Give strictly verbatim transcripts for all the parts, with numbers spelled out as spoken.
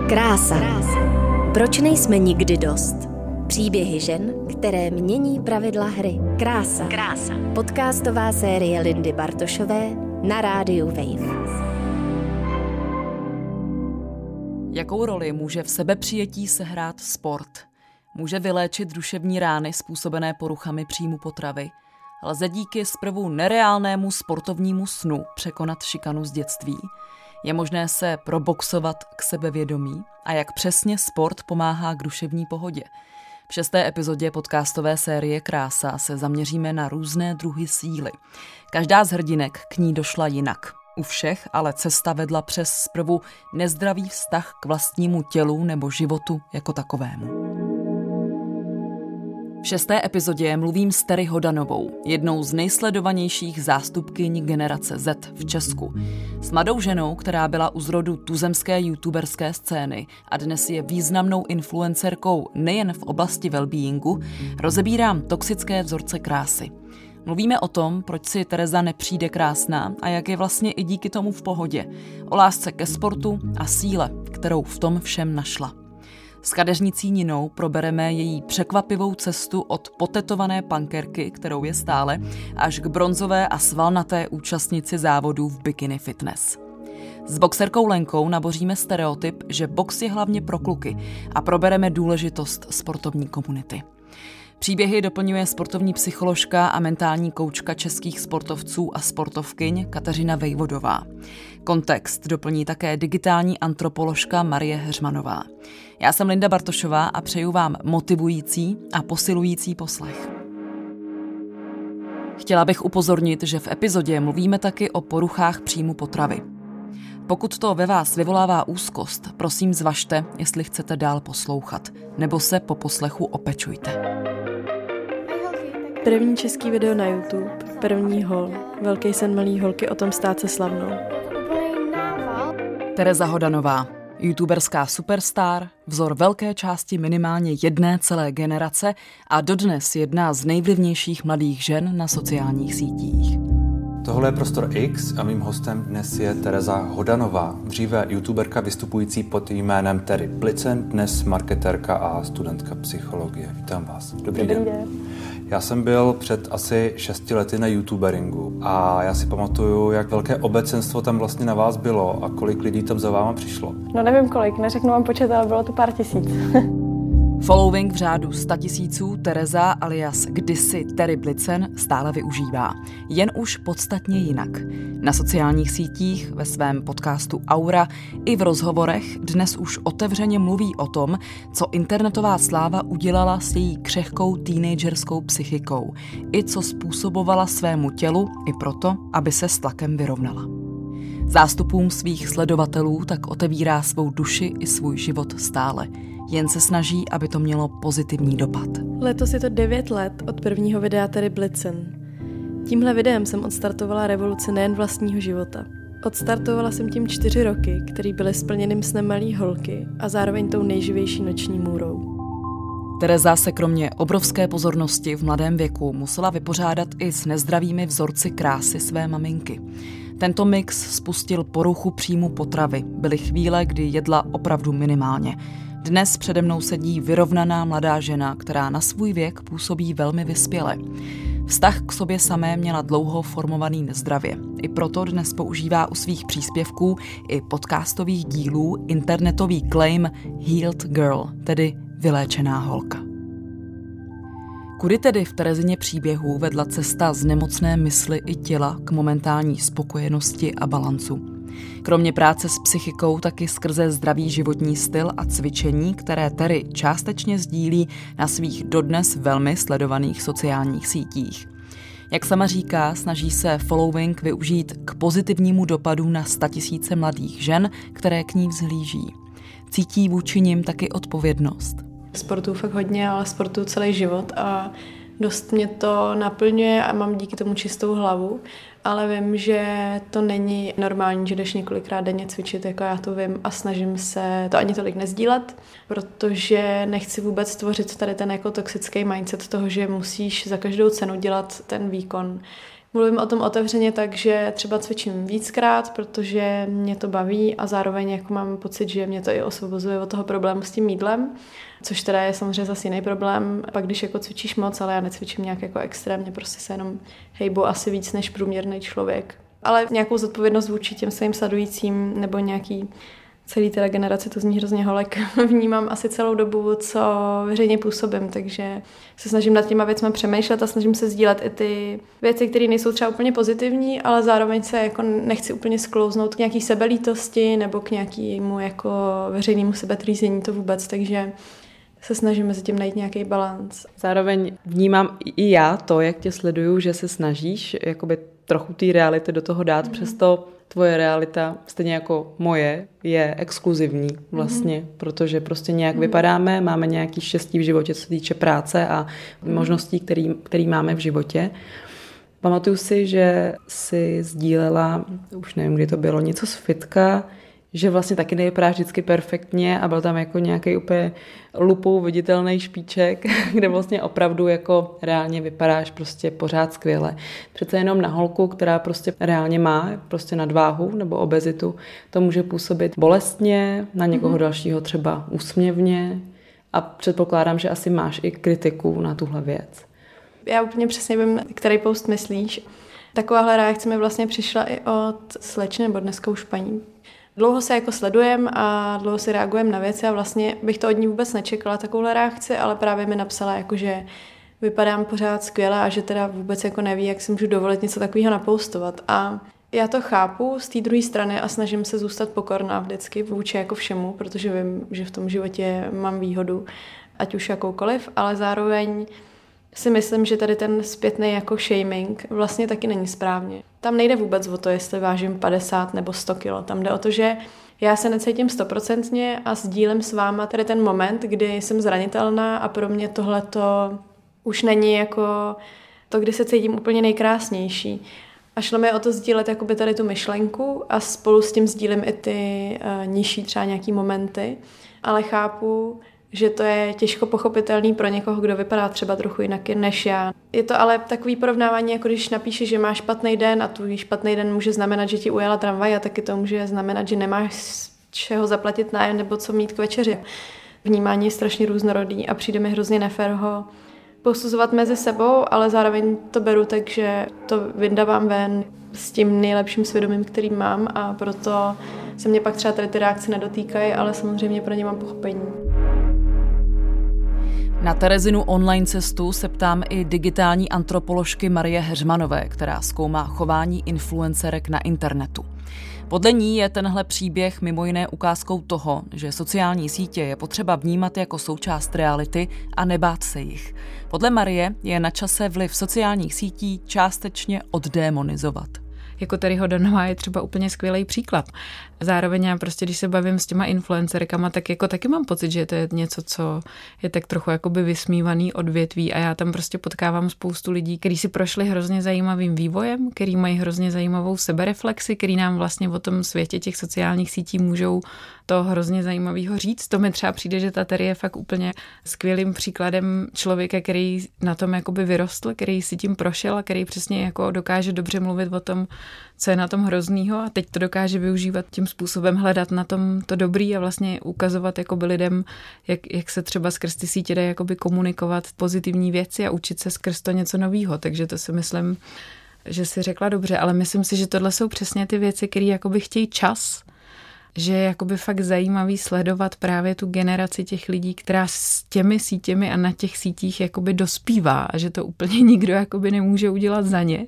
Krása. Proč nejsme nikdy dost? Příběhy žen, které mění pravidla hry. Krása. Krása. Podcastová série Lindy Bartošové na rádiu Wave. Jakou roli může v sebepřijetí sehrát sport? Může vyléčit duševní rány způsobené poruchami příjmu potravy? Lze díky zprvu nereálnému sportovnímu snu překonat šikanu z dětství? Je možné se proboxovat k sebevědomí? A jak přesně sport pomáhá k duševní pohodě? V šesté epizodě podcastové série Krása se zaměříme na různé druhy síly. Každá z hrdinek k ní došla jinak. U všech ale cesta vedla přes zprvu nezdravý vztah k vlastnímu tělu nebo životu jako takovému. V šesté epizodě mluvím s Terry Hodanovou, jednou z nejsledovanějších zástupkyň generace Z v Česku. S mladou ženou, která byla u zrodu tuzemské youtuberské scény a dnes je významnou influencerkou nejen v oblasti wellbeingu, rozebírám toxické vzorce krásy. Mluvíme o tom, proč si Tereza nepřijde krásná a jak je vlastně i díky tomu v pohodě. O lásce ke sportu a síle, kterou v tom všem našla. S kadeřnicí Ninou probereme její překvapivou cestu od potetované pankerky, kterou je stále, až k bronzové a svalnaté účastnici závodů v bikini fitness. S boxerkou Lenkou naboříme stereotyp, že box je hlavně pro kluky a probereme důležitost sportovní komunity. Příběhy doplňuje sportovní psycholožka a mentální koučka českých sportovců a sportovkyň Kateřina Vejvodová. Kontext doplní také digitální antropoložka Marie Heřmanová. Já jsem Linda Bartošová a přeju vám motivující a posilující poslech. Chtěla bych upozornit, že v epizodě mluvíme taky o poruchách příjmu potravy. Pokud to ve vás vyvolává úzkost, prosím zvažte, jestli chcete dál poslouchat, nebo se po poslechu opečujte. První český video na YouTube, první hol, velký sen malý holky o tom stát se slavnou. Tereza Hodanová, youtuberská superstar, vzor velké části minimálně jedné celé generace a dodnes jedna z nejvlivnějších mladých žen na sociálních sítích. Tohle je Prostor X a mým hostem dnes je Tereza Hodanová, dříve youtuberka vystupující pod jménem Terry Blitzen, dnes marketérka a studentka psychologie. Vítám vás. Dobrý, Dobrý den. den. Já jsem byl před asi šesti lety na youtuberingu a já si pamatuju, jak velké obecenstvo tam vlastně na vás bylo a kolik lidí tam za váma přišlo. No nevím kolik, neřeknu vám počet, ale bylo to pár tisíc. Following v řádu statisíců Tereza alias kdysi Terry Blitzen stále využívá. Jen už podstatně jinak. Na sociálních sítích, ve svém podcastu Aura i v rozhovorech dnes už otevřeně mluví o tom, co internetová sláva udělala s její křehkou teenagerskou psychikou i co způsobovala svému tělu i proto, aby se s tlakem vyrovnala. Zástupům svých sledovatelů tak otevírá svou duši i svůj život stále. Jen se snaží, aby to mělo pozitivní dopad. Letos je to devět let od prvního videa Terry Blitzen. Tímhle videem jsem odstartovala revoluci nejen vlastního života. Odstartovala jsem tím čtyři roky, který byly splněným snem malý holky a zároveň tou nejživější noční můrou. Tereza se kromě obrovské pozornosti v mladém věku musela vypořádat i s nezdravými vzorci krásy své maminky. Tento mix spustil poruchu příjmu potravy. Byly chvíle, kdy jedla opravdu minimálně. Dnes přede mnou sedí vyrovnaná mladá žena, která na svůj věk působí velmi vyspěle. Vztah k sobě samé měla dlouho formovaný nezdravě. I proto dnes používá u svých příspěvků i podcastových dílů internetový claim Healed Girl, tedy vyléčená holka. Kudy tedy v Terezině příběhů vedla cesta z nemocné mysli i těla k momentální spokojenosti a balancu? Kromě práce s psychikou taky skrze zdravý životní styl a cvičení, které Terry částečně sdílí na svých dodnes velmi sledovaných sociálních sítích. Jak sama říká, snaží se following využít k pozitivnímu dopadu na statisíce mladých žen, které k ní vzhlíží. Cítí vůči nim taky odpovědnost. Sportu fakt hodně, ale sportu celý život a dost mě to naplňuje a mám díky tomu čistou hlavu, ale vím, že to není normální, že jdeš několikrát denně cvičit, jako já to vím a snažím se to ani tolik nezdílet, protože nechci vůbec tvořit tady ten jako toxický mindset toho, že musíš za každou cenu dělat ten výkon, Mluvím o tom otevřeně tak, že třeba cvičím víckrát, protože mě to baví a zároveň jako mám pocit, že mě to i osvobozuje od toho problému s tím jídlem, což teda je samozřejmě zase jiný problém. Pak když jako cvičíš moc, ale já necvičím nějak jako extrémně, prostě se jenom hejbu asi víc než průměrný člověk. Ale nějakou zodpovědnost vůči těm svým sledujícím nebo nějaký celý teda generaci, to zní hrozně holek, vnímám asi celou dobu, co veřejně působím, takže se snažím nad těma věcmi přemýšlet a snažím se sdílet i ty věci, které nejsou třeba úplně pozitivní, ale zároveň se jako nechci úplně sklouznout k nějaký sebelítosti nebo k nějakému jako veřejnému sebetrýzení, to vůbec, takže se snažím mezi tím najít nějaký balanc. Zároveň vnímám i já to, jak tě sleduju, že se snažíš jakoby trochu té reality do toho dát, mm. přesto tvoje realita, stejně jako moje, je exkluzivní vlastně, mm. protože prostě nějak mm. vypadáme, máme nějaký štěstí v životě, co se týče práce a mm. možností, který, který máme v životě. Pamatuju si, že si sdílela, už nevím, kdy to bylo, něco z fitka, že vlastně taky nevypadáš vždycky perfektně a byl tam jako nějaký úplně lupou viditelný špiček, kde vlastně opravdu jako reálně vypadáš prostě pořád skvěle. Přece jenom na holku, která prostě reálně má prostě nadváhu nebo obezitu, to může působit bolestně, na někoho mm-hmm. dalšího třeba úsměvně a předpokládám, že asi máš i kritiku na tuhle věc. Já úplně přesně vím, který post myslíš. Takováhle reakce mi vlastně přišla i od slečny, nebo dneska už paní. Dlouho se jako sledujem a dlouho si reagujem na věci a vlastně bych to od ní vůbec nečekala takovouhle reakci, ale právě mi napsala, jako, že vypadám pořád skvěle a že teda vůbec jako neví, jak si můžu dovolit něco takového napostovat. A já to chápu z té druhé strany a snažím se zůstat pokorná vždycky vůči jako všemu, protože vím, že v tom životě mám výhodu, ať už jakoukoliv, ale zároveň si myslím, že tady ten zpětný jako shaming vlastně taky není správně. Tam nejde vůbec o to, jestli vážím padesát nebo sto kilo. Tam jde o to, že já se necítím stoprocentně a sdílím s váma tady ten moment, kdy jsem zranitelná a pro mě tohleto už není jako to, kdy se cítím úplně nejkrásnější. A šlo mi o to sdílet jakoby tady tu myšlenku a spolu s tím sdílím i ty uh, nižší třeba nějaký momenty, ale chápu, že to je těžko pochopitelný pro někoho, kdo vypadá třeba trochu jinak než já. Je to ale takový porovnávání, jako když napíšeš, že máš špatný den a tvůj špatný den může znamenat, že ti ujela tramvaj a taky to může znamenat, že nemáš z čeho zaplatit nájem nebo co mít k večeři. Vnímání je strašně různorodý a přijde mi hrozně nefér ho posuzovat mezi sebou, ale zároveň to beru tak, že to vyndávám ven s tím nejlepším svědomím, který mám a proto se mě pak třeba tady ty reakce nedotýkají, ale samozřejmě pro ně mám pochopení. Na Terezinu online cestu se ptám i digitální antropoložky Marie Heřmanové, která zkoumá chování influencerek na internetu. Podle ní je tenhle příběh mimo jiné ukázkou toho, že sociální sítě je potřeba vnímat jako součást reality a nebát se jich. Podle Marie je na čase vliv sociálních sítí částečně oddémonizovat. Jako Terry Hodanová je třeba úplně skvělý příklad. Zároveň já prostě, když se bavím s těma influencerkama, tak jako taky mám pocit, že to je něco, co je tak trochu jakoby vysmívaný odvětví a já tam prostě potkávám spoustu lidí, kteří si prošli hrozně zajímavým vývojem, který mají hrozně zajímavou sebereflexi, který nám vlastně o tom světě těch sociálních sítí můžou to hrozně zajímavého říct. To mi třeba přijde, že ta Terry je fakt úplně skvělým příkladem člověka, který na tom jakoby vyrostl, který si tím prošel a který přesně jako dokáže dobře mluvit o tom, co je na tom hroznýho a teď to dokáže využívat tím způsobem, hledat na tom to dobrý a vlastně ukazovat jakoby lidem, jak, jak se třeba skrz ty sítě dá jakoby komunikovat pozitivní věci a učit se skrz to něco novýho. Takže to si myslím, že si řekla dobře, ale myslím si, že tohle jsou přesně ty věci, které jakoby chtějí čas, že je jakoby fakt zajímavý sledovat právě tu generaci těch lidí, která s těmi sítěmi a na těch sítích jakoby dospívá a že to úplně nikdo jakoby nemůže udělat za ně.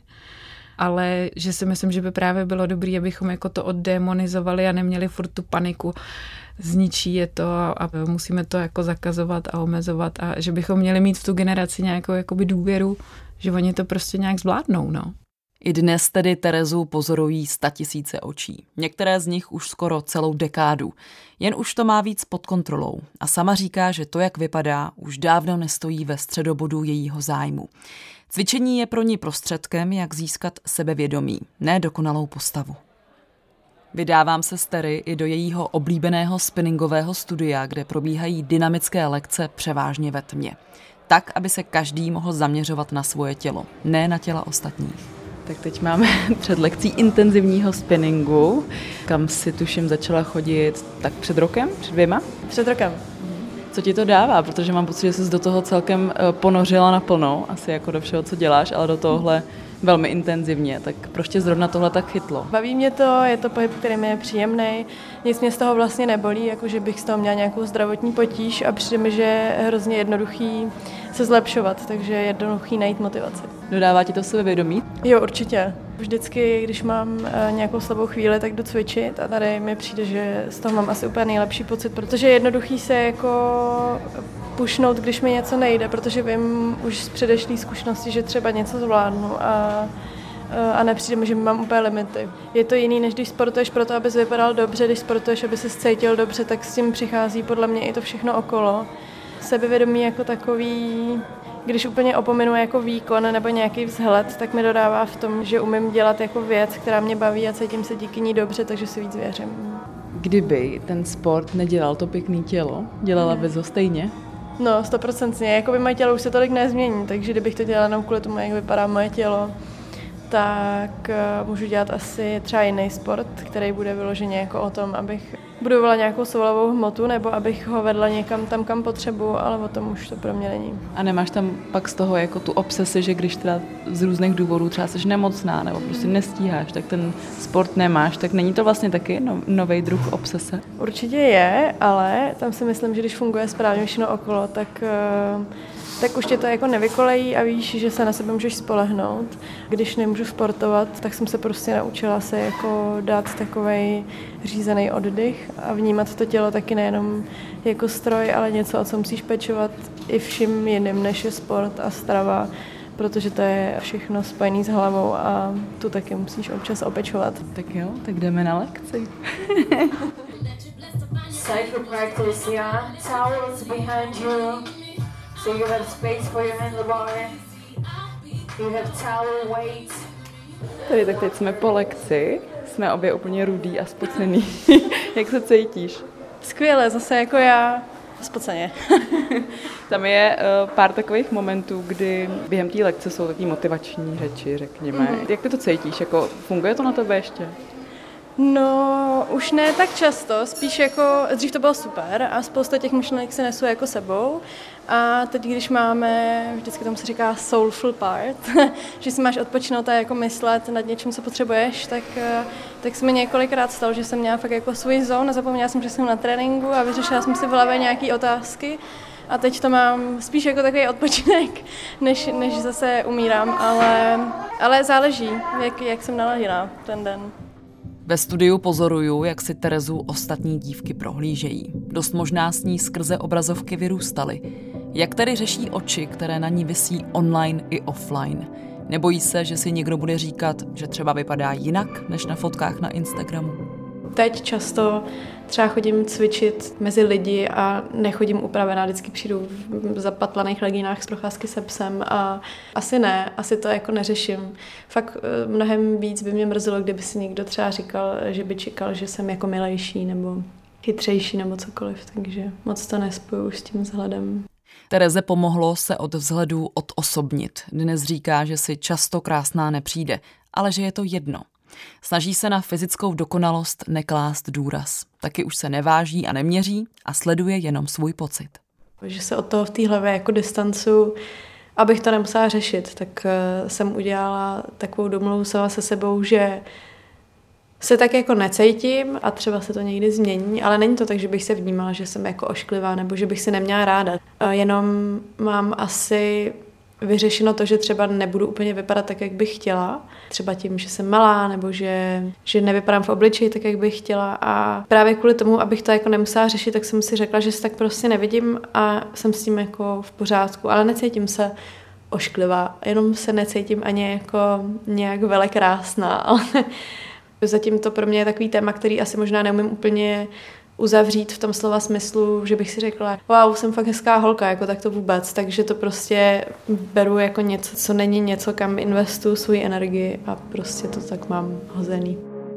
Ale že si myslím, že by právě bylo dobré, abychom jako to oddemonizovali a neměli furt tu paniku, zničí je to a, a musíme to jako zakazovat a omezovat a že bychom měli mít v tu generaci nějakou jakoby důvěru, že oni to prostě nějak zvládnou, no. I dnes tedy Terezu pozorují statisíce očí. Některé z nich už skoro celou dekádu. Jen už to má víc pod kontrolou. A sama říká, že to, jak vypadá, už dávno nestojí ve středobodu jejího zájmu. Cvičení je pro ní prostředkem, jak získat sebevědomí, ne dokonalou postavu. Vydávám se s Terry i do jejího oblíbeného spinningového studia, kde probíhají dynamické lekce převážně ve tmě. Tak, aby se každý mohl zaměřovat na svoje tělo, ne na těla ostatních. Tak teď máme před lekcí intenzivního spinningu, kam si tuším začala chodit tak před rokem, před dvěma? Před rokem. Co ti to dává? Protože mám pocit, že jsi do toho celkem ponořila naplno, asi jako do všeho, co děláš, ale do tohohle velmi intenzivně. Tak proč tě zrovna tohle tak chytlo? Baví mě to, je to pohyb, který mi je příjemný. Nic mě z toho vlastně nebolí, jakože bych z toho měla nějakou zdravotní potíž a přijde mi, že je hrozně jednoduchý se zlepšovat, takže je jednoduchý najít motivaci. Dodává ti to sebevědomí? Jo, určitě. Vždycky, když mám nějakou slabou chvíli, tak jdu cvičit a tady mi přijde, že z toho mám asi úplně nejlepší pocit, protože je jednoduchý se jako pušnout, když mi něco nejde, protože vím už z předešlý zkušenosti, že třeba něco zvládnu a, a nepřijde mi, že mám úplně limity. Je to jiný, než když sportuješ proto, abys vypadal dobře, když sportuješ, aby se cítil dobře, tak s tím přichází podle mě i to všechno okolo. Sebevědomí jako takový, když úplně opominu jako výkon nebo nějaký vzhled, tak mi dodává v tom, že umím dělat jako věc, která mě baví a cítím se díky ní dobře, takže si víc věřím. Kdyby ten sport nedělal to pěkné tělo, dělala bys ho stejně? No, stoprocentně. Jako by moje tělo už se tolik nezmění, takže kdybych to dělala jenom kvůli tomu, jak vypadá moje tělo, tak uh, můžu dělat asi třeba jiný sport, který bude vyloženě jako o tom, abych budovala nějakou svalovou hmotu, nebo abych ho vedla někam tam, kam potřebuju, ale o tom už to pro mě není. A nemáš tam pak z toho jako tu obsesi, že když teda z různých důvodů třeba jsi nemocná, nebo prostě nestíháš, tak ten sport nemáš, tak není to vlastně taky no, nový druh obsese? Určitě je, ale tam si myslím, že když funguje správně všechno okolo, tak... Uh, tak už tě to jako nevykolejí a víš, že se na sebe můžeš spolehnout. Když nemůžu sportovat, tak jsem se prostě naučila se jako dát takovej řízený oddych a vnímat to tělo taky nejenom jako stroj, ale něco, o co musíš pečovat i vším jiným, než je sport a strava, protože to je všechno spojené s hlavou a tu taky musíš občas opečovat. Tak jo, tak jdeme na lekci. Cycle practice, yeah. Towels behind you. So you have space for your handlebar. You have towel weights. Tady, tak teď jsme po lekci. Jsme obě úplně rudý a spocený. Jak se cítíš? Skvěle, zase jako já. Spoceně. Tam je uh, pár takových momentů, kdy během té lekce jsou taky motivační řeči, řekněme. Mm-hmm. Jak ty to cítíš? Jako, funguje to na tebe ještě? No, už ne tak často, spíš jako, dřív to bylo super a spousta těch myšlenek se nesu jako sebou a teď, když máme, vždycky tomu se říká soulful part, že si máš odpočinout a jako myslet nad něčím, co potřebuješ, tak, tak se mi několikrát stalo, že jsem měla fakt jako svůj zón a zapomněla jsem, že jsem na tréninku a vyřešila jsem si v hlavě nějaké otázky a teď to mám spíš jako takový odpočinek, než, než zase umírám, ale, ale záleží, jak, jak jsem naladěná ten den. Ve studiu pozoruju, jak si Terezu ostatní dívky prohlížejí. Dost možná s ní skrze obrazovky vyrůstaly. Jak tedy řeší oči, které na ní visí online i offline? Nebojí se, že si někdo bude říkat, že třeba vypadá jinak, než na fotkách na Instagramu? Teď často třeba chodím cvičit mezi lidi a nechodím upravená, vždycky přijdu v zapatlaných legínách z procházky se psem a asi ne, asi to jako neřeším. Fakt mnohem víc by mě mrzelo, kdyby si někdo třeba říkal, že by čekal, že jsem jako milejší nebo chytřejší nebo cokoliv, takže moc to nespojuju s tím vzhledem. Tereze pomohlo se od vzhledu odosobnit. Dnes říká, že si často krásná nepřijde, ale že je to jedno. Snaží se na fyzickou dokonalost neklást důraz. Taky už se neváží a neměří a sleduje jenom svůj pocit. Že se od toho v té hlavě jako distancu, abych to nemusela řešit, tak jsem udělala takovou domluvu sama se sebou, že se tak jako necítím a třeba se to někdy změní, ale není to tak, že bych se vnímala, že jsem jako ošklivá nebo že bych si neměla ráda. Jenom mám asi vyřešeno to, že třeba nebudu úplně vypadat tak, jak bych chtěla. Třeba tím, že jsem malá, nebo že, že nevypadám v obličeji tak, jak bych chtěla. A právě kvůli tomu, abych to jako nemusela řešit, tak jsem si řekla, že se tak prostě nevidím a jsem s tím jako v pořádku. Ale necítím se ošklivá, jenom se necítím ani jako nějak velekrásná. Ale zatím to pro mě je takový téma, který asi možná neumím úplně uzavřít v tom slova smyslu, že bych si řekla, wow, jsem fakt hezká holka, jako tak to vůbec, takže to prostě beru jako něco, co není něco, kam investuju svou energii a prostě to tak mám hozený.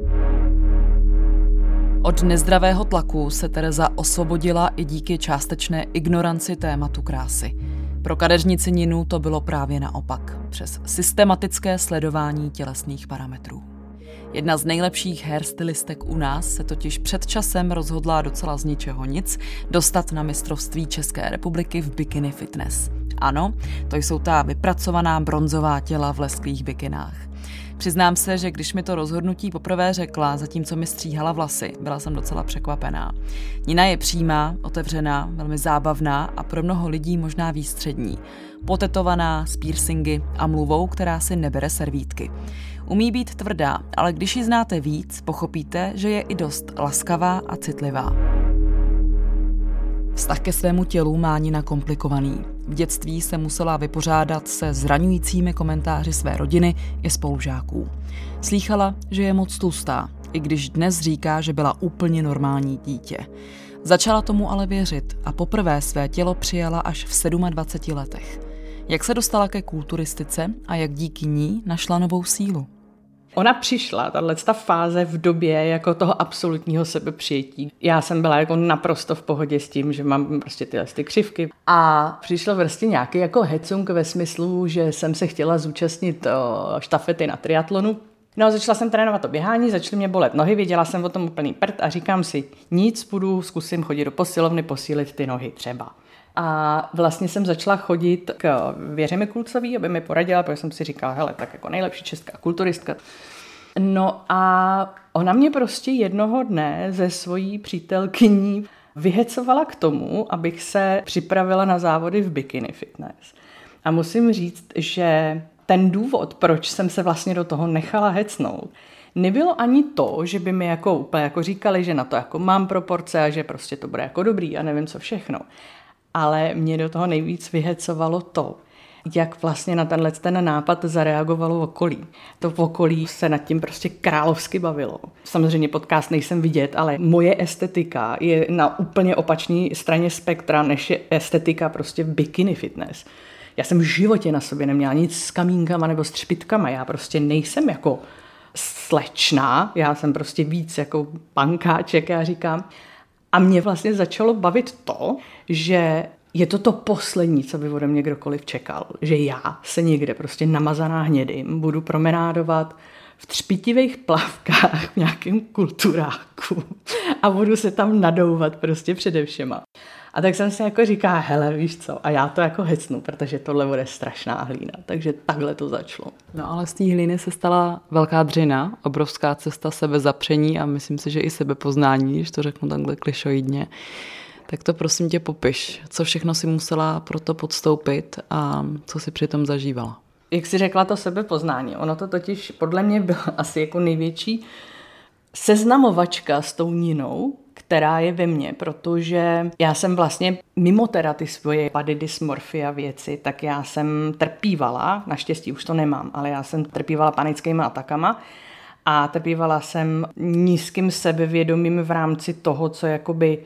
Od nezdravého tlaku se Tereza osvobodila i díky částečné ignoranci tématu krásy. Pro kadeřnici Ninu to bylo právě naopak, přes systematické sledování tělesných parametrů. Jedna z nejlepších hairstylistek u nás se totiž před časem rozhodla docela z ničeho nic dostat na mistrovství České republiky v bikini fitness. Ano, to jsou ta vypracovaná bronzová těla v lesklých bikinách. Přiznám se, že když mi to rozhodnutí poprvé řekla, zatímco mi stříhala vlasy, byla jsem docela překvapená. Nina je přímá, otevřená, velmi zábavná a pro mnoho lidí možná výstřední. Potetovaná, s piercingy a mluvou, která si nebere servítky. Umí být tvrdá, ale když ji znáte víc, pochopíte, že je i dost laskavá a citlivá. Vztah ke svému tělu má Nina komplikovaný. V dětství se musela vypořádat se zraňujícími komentáři své rodiny i spolužáků. Slýchala, že je moc tlustá, i když dnes říká, že byla úplně normální dítě. Začala tomu ale věřit a poprvé své tělo přijala až v dvaceti sedmi letech. Jak se dostala ke kulturistice a jak díky ní našla novou sílu? Ona přišla, tato fáze v době jako toho absolutního sebepřijetí. Já jsem byla jako naprosto v pohodě s tím, že mám prostě tyhle ty křivky. A přišlo prostě nějaký jako hecung ve smyslu, že jsem se chtěla zúčastnit o, štafety na triatlonu. No a začala jsem trénovat to běhání, začaly mě bolet nohy, věděla jsem o tom úplný prd a říkám si, nic, půjdu, zkusím chodit do posilovny, posílit ty nohy třeba. A vlastně jsem začala chodit k Věře Mikulcový, aby mi poradila, protože jsem si říkala, hele, tak jako nejlepší česká kulturistka. No a ona mě prostě jednoho dne ze svojí přítelkyní vyhecovala k tomu, abych se připravila na závody v bikini fitness. A musím říct, že ten důvod, proč jsem se vlastně do toho nechala hecnout, nebylo ani to, že by mi jako úplně jako říkali, že na to jako mám proporce a že prostě to bude jako dobrý a nevím co všechno. Ale mě do toho nejvíc vyhecovalo to, jak vlastně na tenhle ten nápad zareagovalo okolí. To okolí se nad tím prostě královsky bavilo. Samozřejmě podcast nejsem vidět, ale moje estetika je na úplně opačné straně spektra, než je estetika prostě v bikini fitness. Já jsem v životě na sobě neměla nic s kamínkama nebo s třpitkama. Já prostě nejsem jako slečna, já jsem prostě víc jako pankáček, já říkám. A mě vlastně začalo bavit to, že je to to poslední, co by ode mě kdokoliv čekal. Že já se někde prostě namazaná hnědým budu promenádovat v třpitivých plavkách v nějakém kulturáku a budu se tam nadouvat prostě přede všema. A tak jsem si jako říká, hele, víš co, a já to jako hecnu, protože tohle bude strašná hlína. Takže takhle to začalo. No ale z té hlíny se stala velká dřina, obrovská cesta sebezapření a myslím si, že i sebepoznání, když to řeknu takhle klišoidně. Tak to prosím tě popiš, co všechno si musela pro to podstoupit a co si přitom zažívala. Jak jsi řekla to sebepoznání, ono to totiž podle mě byla asi jako největší seznamovačka s tou Ninou, která je ve mně, protože já jsem vlastně mimo teda ty svoje body dysmorfia věci, tak já jsem trpívala, naštěstí už to nemám, ale já jsem trpívala panickými atakama a trpívala jsem nízkým sebevědomím v rámci toho, co jakoby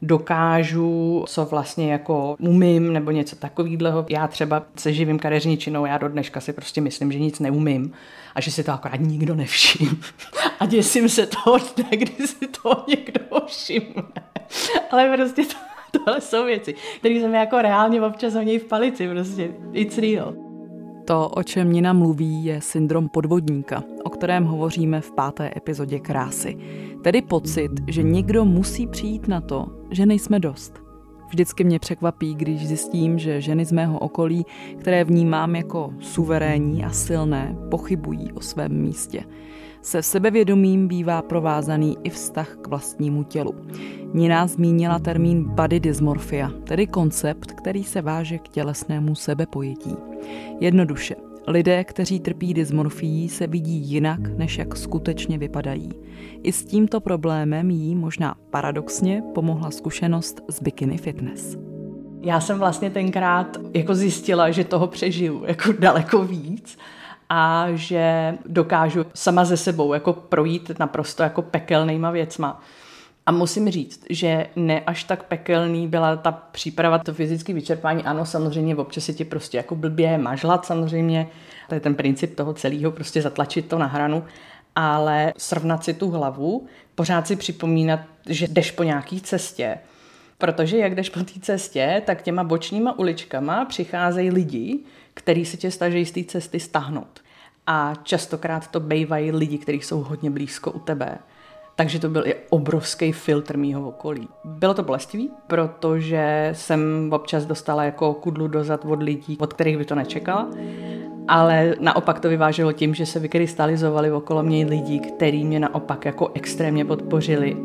dokážu, co vlastně jako umím nebo něco takového. Já třeba se živím kadeřničinou, já do dneška si prostě myslím, že nic neumím a že si to akorát nikdo nevšim. A děsím se toho dne, kdy si to někdo všimne. Ale prostě to, tohle jsou věci, které jsem jako reálně občas honí v palici, prostě it's real. To, o čem Nina mluví, je syndrom podvodníka, o kterém hovoříme v páté epizodě Krásy. Tedy pocit, že někdo musí přijít na to, že nejsme dost. Vždycky mě překvapí, když zjistím, že ženy z mého okolí, které vnímám jako suverénní a silné, pochybují o svém místě. Se sebevědomím bývá provázaný i vztah k vlastnímu tělu. Nina zmínila termín body dysmorphia, tedy koncept, který se váže k tělesnému sebepojetí. Jednoduše, lidé, kteří trpí dysmorfií, se vidí jinak, než jak skutečně vypadají. I s tímto problémem jí možná paradoxně pomohla zkušenost z bikini fitness. Já jsem vlastně tenkrát jako zjistila, že toho přežiju jako daleko víc a že dokážu sama ze sebou jako projít naprosto jako pekelnýma věcma. A musím říct, že ne až tak pekelný byla ta příprava, to fyzické vyčerpání. Ano, samozřejmě občas se ti prostě jako blbě mažlat samozřejmě. To je ten princip toho celého, prostě zatlačit to na hranu. Ale srovnat si tu hlavu, pořád si připomínat, že jdeš po nějaký cestě Protože jak jdeš po té cestě, tak těma bočníma uličkama přicházejí lidi, kteří se tě snaží z té cesty stáhnout. A častokrát to bývají lidi, kteří jsou hodně blízko u tebe. Takže to byl i obrovský filtr mýho okolí. Bylo to bolestivý, protože jsem občas dostala jako kudlu do zad od lidí, od kterých by to nečekala. Ale naopak to vyváželo tím, že se vykrystalizovali okolo mě lidi, kteří mě naopak jako extrémně podpořili.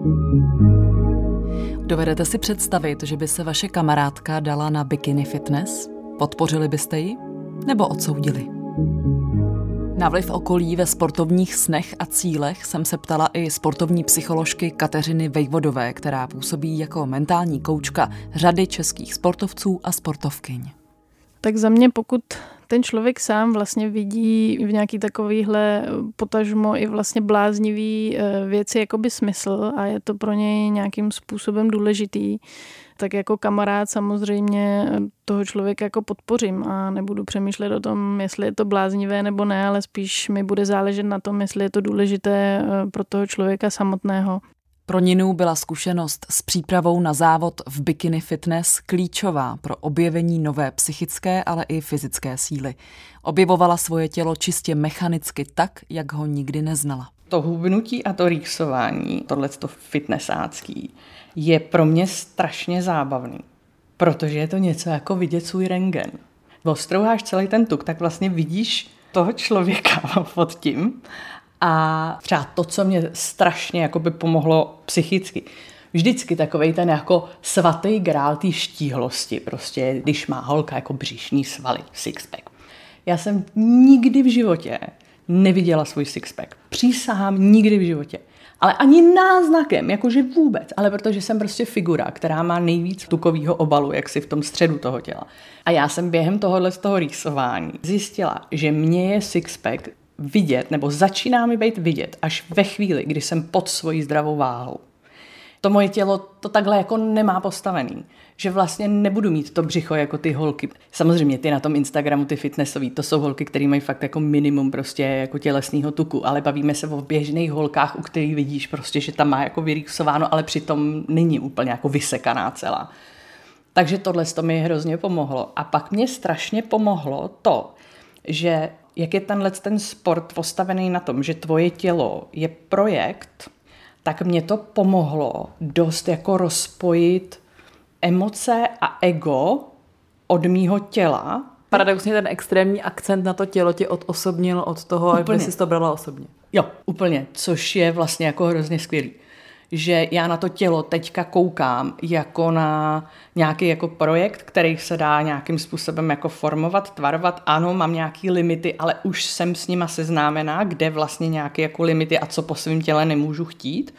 Dovedete si představit, že by se vaše kamarádka dala na bikini fitness? Podpořili byste ji? Nebo odsoudili? Na vliv okolí ve sportovních snech a cílech jsem se ptala i sportovní psycholožky Kateřiny Vejvodové, která působí jako mentální koučka řady českých sportovců a sportovkyň. Tak za mě, pokud ten člověk sám vlastně vidí v nějaký takovýhle potažmo i vlastně bláznivý věci jakoby smysl a je to pro něj nějakým způsobem důležitý, tak jako kamarád samozřejmě toho člověka jako podpořím a nebudu přemýšlet o tom, jestli je to bláznivé nebo ne, ale spíš mi bude záležet na tom, jestli je to důležité pro toho člověka samotného. Pro Ninu byla zkušenost s přípravou na závod v bikini fitness klíčová pro objevení nové psychické, ale i fyzické síly. Objevovala svoje tělo čistě mechanicky tak, jak ho nikdy neznala. To hubnutí a to rýsování, tohleto fitnessácký, je pro mě strašně zábavný, protože je to něco jako vidět svůj rentgen. Ostrouháš celý ten tuk, tak vlastně vidíš toho člověka pod tím. A třeba to, co mě strašně jakoby pomohlo psychicky, vždycky takovej ten jako svatý grál té štíhlosti, prostě když má holka jako břišní svaly, sixpack. Já jsem nikdy v životě neviděla svůj sixpack. Přísahám, nikdy v životě. Ale ani náznakem, jakože vůbec, ale protože jsem prostě figura, která má nejvíc tukového obalu, jak si v tom středu toho těla. A já jsem během tohohle z toho rýsování zjistila, že mě je sixpack vidět, nebo začíná mi být vidět až ve chvíli, kdy jsem pod svojí zdravou váhou. To moje tělo to takhle jako nemá postavený, že vlastně nebudu mít to břicho jako ty holky. Samozřejmě ty na tom Instagramu, ty fitnessový, to jsou holky, které mají fakt jako minimum prostě jako tělesného tuku, ale bavíme se o běžných holkách, u kterých vidíš prostě, že tam má jako vyrýsováno, ale přitom není úplně jako vysekaná celá. Takže tohle to mi hrozně pomohlo. A pak mě strašně pomohlo to, že jak je tenhle ten sport postavený na tom, že tvoje tělo je projekt, tak mě to pomohlo dost jako rozpojit emoce a ego od mýho těla. Paradoxně ten extrémní akcent na to tělo tě odosobnil od toho, aby jsi to brala osobně. Jo, úplně, což je vlastně jako hrozně skvělý. Že já na to tělo teďka koukám jako na nějaký jako projekt, který se dá nějakým způsobem jako formovat, tvarovat. Ano, mám nějaký limity, ale už jsem s nima seznámená, kde vlastně nějaké jako limity a co po svém těle nemůžu chtít.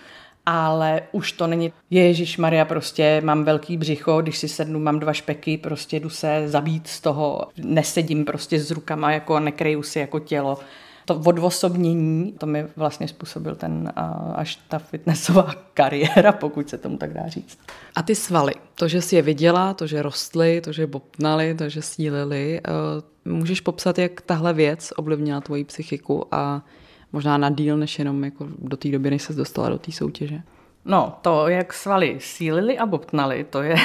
Ale už to není ježišmarja, prostě mám velký břicho, když si sednu, mám dva špeky, prostě jdu se zabít z toho, nesedím prostě s rukama, jako nekryju si jako tělo. To odosobnění, to mi vlastně způsobil ten až ta fitnessová kariéra, pokud se tomu tak dá říct. A ty svaly, to, že jsi je viděla, to, že rostly, to, že bobtnaly, to, že sílily, můžeš popsat, jak tahle věc ovlivnila tvoji psychiku a možná na díl, než jenom jako do té doby, než ses dostala do té soutěže? No, to, jak svaly sílily a bobtnaly, to je...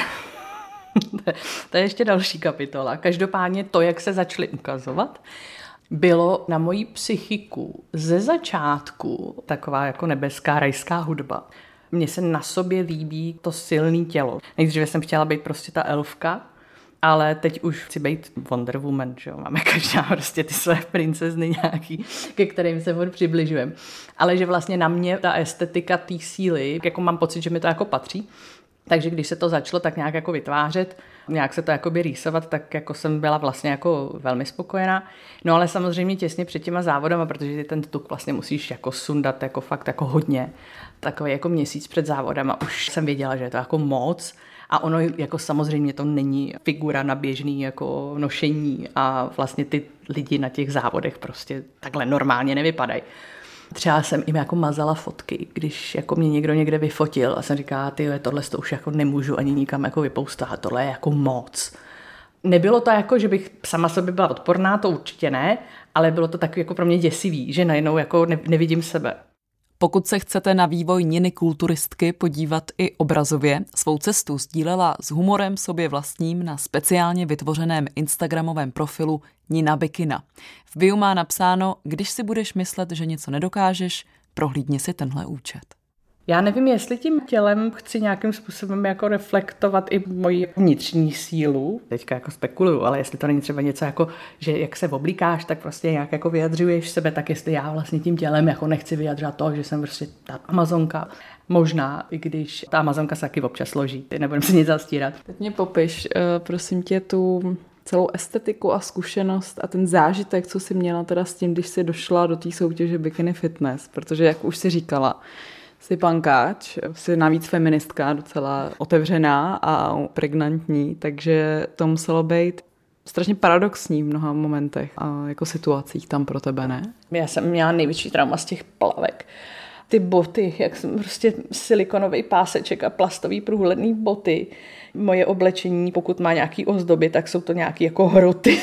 to je ještě další kapitola. Každopádně to, jak se začaly ukazovat, bylo na moji psychiku ze začátku taková jako nebeská rajská hudba. Mně se na sobě líbí to silné tělo. Nejdříve jsem chtěla být prostě ta elfka, ale teď už chci být Wonder Woman, že jo? Máme každá prostě ty své princezny nějaký, ke kterým se od přibližujeme. Ale že vlastně na mě ta estetika té síly, jako mám pocit, že mi to jako patří. Takže když se to začalo tak nějak jako vytvářet, nějak se to jakoby rýsovat, tak jako jsem byla vlastně jako velmi spokojená. No ale samozřejmě těsně před těma závodama, protože ty ten tuk vlastně musíš jako sundat jako fakt jako hodně. Takový jako měsíc před závodama už jsem věděla, že je to jako moc. A ono jako samozřejmě to není figura na běžný jako nošení a vlastně ty lidi na těch závodech prostě takhle normálně nevypadají. Třeba jsem jim jako mazala fotky, když jako mě někdo někde vyfotil a jsem říkala, ty tohle to už jako nemůžu ani nikam jako vypoustat, tohle je jako moc. Nebylo to jako, že bych sama sobě byla odporná, to určitě ne, ale bylo to taky jako pro mě děsivý, že najednou jako nevidím sebe. Pokud se chcete na vývoj Niny kulturistky podívat i obrazově, svou cestu sdílela s humorem sobě vlastním na speciálně vytvořeném instagramovém profilu Nina Bikina. V bio má napsáno, když si budeš myslet, že něco nedokážeš, prohlídni si tenhle účet. Já nevím, jestli tím tělem chci nějakým způsobem jako reflektovat i moji vnitřní sílu. Teďka jako spekuluju, ale jestli to není třeba něco jako, že jak se oblíkáš, tak prostě nějak jako vyjadřuješ sebe, tak jestli já vlastně tím tělem jako nechci vyjadřovat to, že jsem prostě ta Amazonka. Možná, i když ta Amazonka se taky občas složí, nebudem si nic zastírat. Teď mě popiš, prosím tě, tu celou estetiku a zkušenost a ten zážitek, co jsi měla teda s tím, když jsi došla do té soutěže Bikini Fitness, protože jak už jsi říkala, jsi pankáč, jsi navíc feministka, docela otevřená a pregnantní, takže to muselo být strašně paradoxní v mnoha momentech a jako situacích tam pro tebe, ne? Já jsem měla největší trauma z těch plavek. Ty boty, jak jsem prostě silikonový páseček a plastový průhledný boty. Moje oblečení, pokud má nějaký ozdoby, tak jsou to nějaký jako hroty,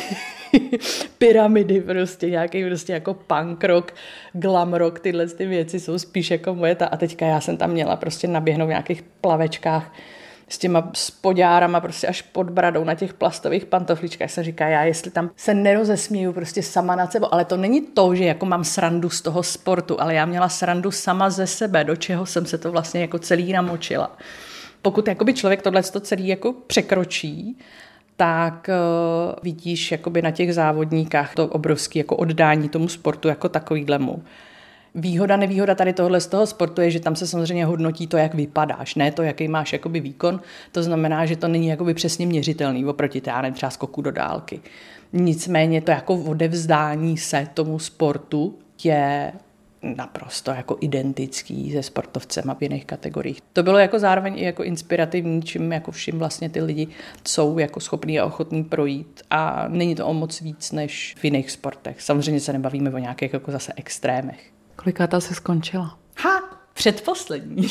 pyramidy prostě, nějaký prostě jako punk rock, glam rock, tyhle ty věci jsou spíš jako moje ta. A teďka já jsem tam měla prostě naběhnout v nějakých plavečkách s těma spodárama prostě až pod bradou na těch plastových pantofličkách. Jsem říká, já jestli tam se nerozesměju prostě sama nad sebou, ale to není to, že jako mám srandu z toho sportu, ale já měla srandu sama ze sebe, do čeho jsem se to vlastně jako celý namočila. Pokud jakoby člověk tohleto celý jako překročí, tak uh, vidíš jakoby na těch závodníkách to obrovské jako oddání tomu sportu jako takovýhlemu. Výhoda, nevýhoda tady tohle z toho sportu je, že tam se samozřejmě hodnotí to, jak vypadáš, ne to, jaký máš jakoby výkon. To znamená, že to není jakoby přesně měřitelný oproti té třeba skoku do dálky. Nicméně to jako odevzdání se tomu sportu je naprosto jako identický se sportovcem v jiných kategoriích. To bylo jako zároveň i jako inspirativní, čím jako všim vlastně ty lidi jsou jako schopní a ochotní projít a není to o moc víc než v jiných sportech. Samozřejmě se nebavíme o nějakých jako zase extrémech. Kolikátá se skončila? Ha! Předposlední.